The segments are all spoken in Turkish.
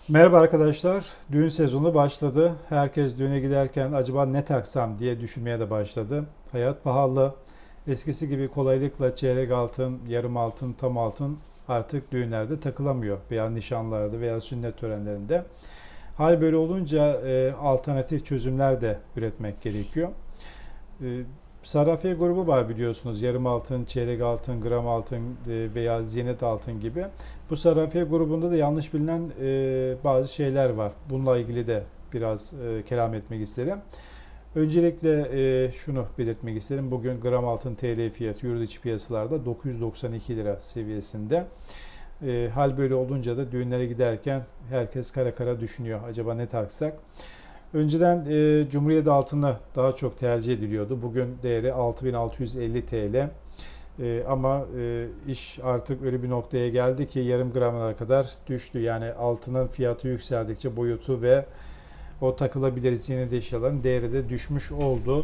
Merhaba arkadaşlar. Düğün sezonu başladı. Herkes düğüne giderken acaba ne taksam diye düşünmeye de başladı. Hayat pahalı. Eskisi gibi kolaylıkla çeyrek altın, yarım altın, tam altın artık düğünlerde takılamıyor. Veya nişanlarda veya sünnet törenlerinde. Hal böyle olunca alternatif çözümler de üretmek gerekiyor. E, Sarrafiye grubu var biliyorsunuz. Yarım altın, çeyrek altın, gram altın veya ziynet altın gibi. Bu sarrafiye grubunda da yanlış bilinen bazı şeyler var. Bununla ilgili de biraz kelam etmek isterim. Öncelikle şunu belirtmek isterim. Bugün gram altın TL fiyatı yurt içi piyasalarda 992 lira seviyesinde. Hal böyle olunca da düğünlere giderken herkes kara kara düşünüyor. Acaba ne taksak? Önceden Cumhuriyet altını daha çok tercih ediliyordu. Bugün değeri 6650 TL. Ama iş artık öyle bir noktaya geldi ki yarım gramlara kadar düştü. Yani altının fiyatı yükseldikçe boyutu ve o takılabilir ziynet eşyaların değeri de düşmüş oldu.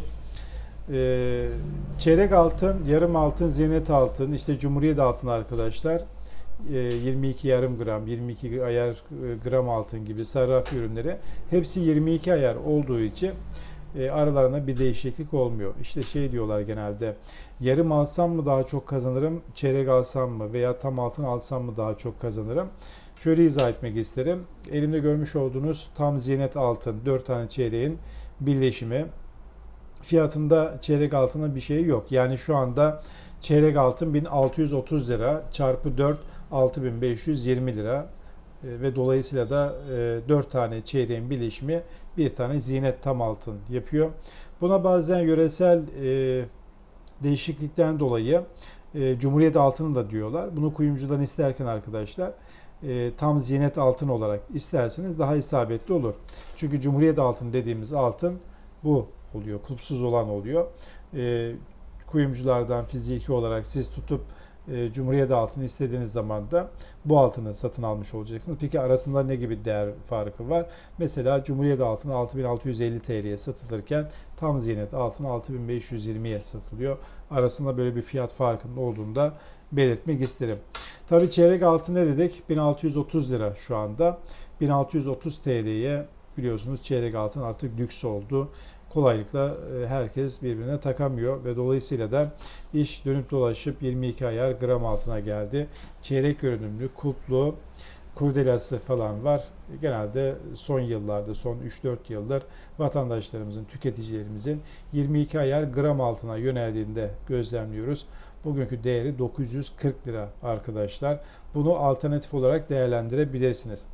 Çeyrek altın, yarım altın, ziynet altın, işte Cumhuriyet altını arkadaşlar. 22 yarım gram, 22 ayar gram altın gibi sarrafı ürünleri hepsi 22 ayar olduğu için aralarında bir değişiklik olmuyor. İşte şey diyorlar genelde, yarım alsam mı daha çok kazanırım, çeyrek alsam mı veya tam altın alsam mı daha çok kazanırım? Şöyle izah etmek isterim. Elimde görmüş olduğunuz tam ziynet altın 4 tane çeyreğin birleşimi. Fiyatında çeyrek altına bir şey yok. Yani şu anda çeyrek altın 1630 lira çarpı 4 6520 lira ve dolayısıyla da 4 tane çeyreğin birleşimi bir tane ziynet tam altın yapıyor. Buna bazen yöresel değişiklikten dolayı Cumhuriyet altını da diyorlar. Bunu kuyumcudan isterken arkadaşlar tam ziynet altın olarak isterseniz daha isabetli olur. Çünkü Cumhuriyet altın dediğimiz altın bu oluyor. Kulpsuz olan oluyor. Kuyumculardan fiziki olarak siz tutup Cumhuriyet altını istediğiniz zaman da bu altını satın almış olacaksınız. Peki arasında ne gibi değer farkı var? Mesela Cumhuriyet altını 6650 TL'ye satılırken tam ziynet altın 6520'ye satılıyor. Arasında böyle bir fiyat farkının olduğunu da belirtmek isterim. Tabii çeyrek altın ne dedik? 1630 lira şu anda. 1630 TL'ye biliyorsunuz çeyrek altın artık lüks oldu. Kolaylıkla herkes birbirine takamıyor ve dolayısıyla da iş dönüp dolaşıp 22 ayar gram altına geldi. Çeyrek görünümlü, kulplu, kurdelası falan var. Genelde son yıllarda, son 3-4 yıldır vatandaşlarımızın, tüketicilerimizin 22 ayar gram altına yöneldiğinde gözlemliyoruz. Bugünkü değeri 940 lira arkadaşlar. Bunu alternatif olarak değerlendirebilirsiniz.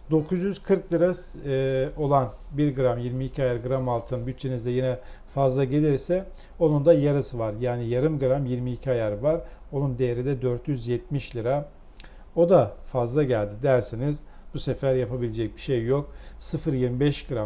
940 lira olan 1 gram 22 ayar gram altın bütçenizde yine fazla gelirse onun da yarısı var. Yani yarım gram 22 ayar var. Onun değeri de 470 lira. O da fazla geldi derseniz bu sefer yapabilecek bir şey yok. 0,25 gram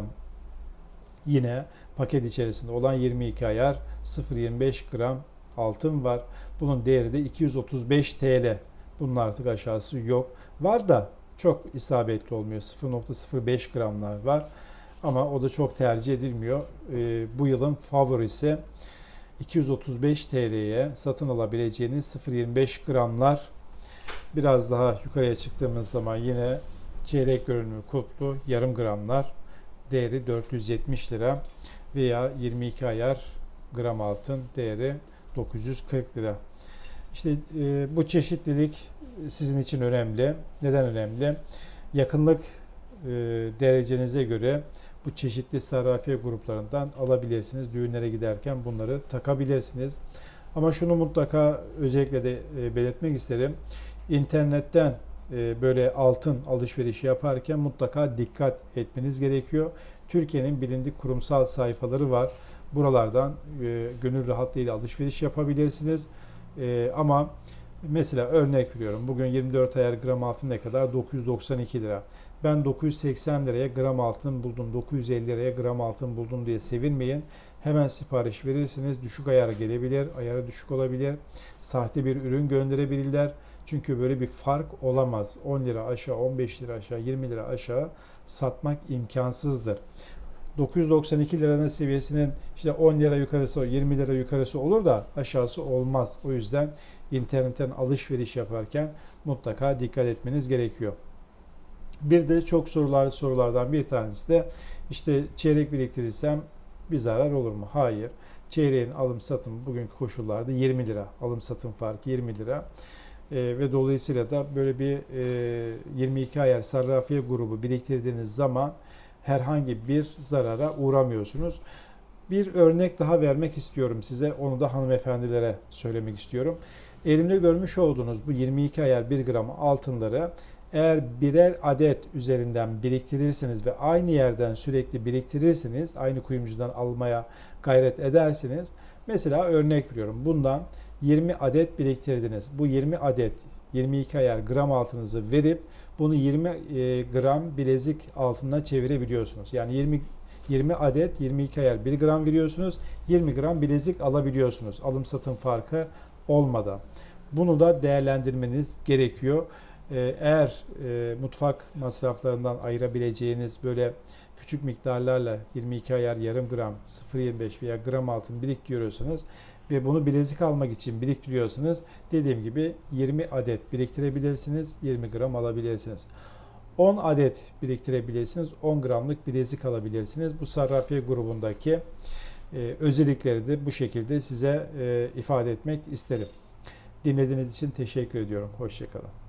yine paket içerisinde olan 22 ayar 0,25 gram altın var. Bunun değeri de 235 TL. Bunun artık aşağısı yok. Var da çok isabetli olmuyor. 0,05 gramlar var. Ama o da çok tercih edilmiyor. Bu yılın favorisi 235 TL'ye satın alabileceğiniz 0,25 gramlar. Biraz daha yukarıya çıktığımız zaman yine çeyrek görünümlü kutlu yarım gramlar değeri 470 lira veya 22 ayar gram altın değeri 940 lira. İşte bu çeşitlilik sizin için önemli. Neden önemli? Yakınlık derecenize göre bu çeşitli sarrafiye gruplarından alabilirsiniz. Düğünlere giderken bunları takabilirsiniz. Ama şunu mutlaka özellikle de belirtmek isterim. İnternetten böyle altın alışverişi yaparken mutlaka dikkat etmeniz gerekiyor. Türkiye'nin bilindik kurumsal sayfaları var. Buralardan gönül rahatlığıyla alışveriş yapabilirsiniz. Ama mesela örnek veriyorum. Bugün 24 ayar gram altın ne kadar? 992 lira. Ben 980 liraya gram altın buldum, 950 liraya gram altın buldum diye sevinmeyin. Hemen sipariş verirsiniz. Düşük ayar gelebilir, ayarı düşük olabilir. Sahte bir ürün gönderebilirler. Çünkü böyle bir fark olamaz. 10 lira aşağı, 15 lira aşağı, 20 lira aşağı satmak imkansızdır. 992 liranın seviyesinin işte 10 lira yukarısı, 20 lira yukarısı olur da aşağısı olmaz. O yüzden internetten alışveriş yaparken mutlaka dikkat etmeniz gerekiyor. Bir de çok sorulardan bir tanesi de işte çeyrek biriktirirsem bir zarar olur mu? Hayır. Çeyreğin alım satım bugünkü koşullarda 20 lira. Alım satım farkı 20 lira. Ve dolayısıyla da böyle bir 22 ayar sarrafiye grubu biriktirdiğiniz zaman herhangi bir zarara uğramıyorsunuz. Bir örnek daha vermek istiyorum size. Onu da hanımefendilere söylemek istiyorum. Elimde görmüş olduğunuz bu 22 ayar 1 gram altınları eğer birer adet üzerinden biriktirirseniz ve aynı yerden sürekli biriktirirseniz, aynı kuyumcudan almaya gayret edersiniz. Mesela örnek veriyorum. Bundan 20 adet biriktirdiniz. Bu 20 adet 22 ayar gram altınızı verip bunu 20 gram bilezik altına çevirebiliyorsunuz. Yani 20 adet 22 ayar 1 gram veriyorsunuz. 20 gram bilezik alabiliyorsunuz. Alım satım farkı olmadan. Bunu da değerlendirmeniz gerekiyor. Eğer mutfak masraflarından ayırabileceğiniz böyle küçük miktarlarla 22 ayar yarım gram, 0,25 veya gram altın biriktiriyorsanız ve bunu bilezik almak için biriktiriyorsanız dediğim gibi 20 adet biriktirebilirsiniz, 20 gram alabilirsiniz. 10 adet biriktirebilirsiniz, 10 gramlık bilezik alabilirsiniz. Bu sarrafiye grubundaki özellikleri de bu şekilde size ifade etmek isterim. Dinlediğiniz için teşekkür ediyorum. Hoşça kalın.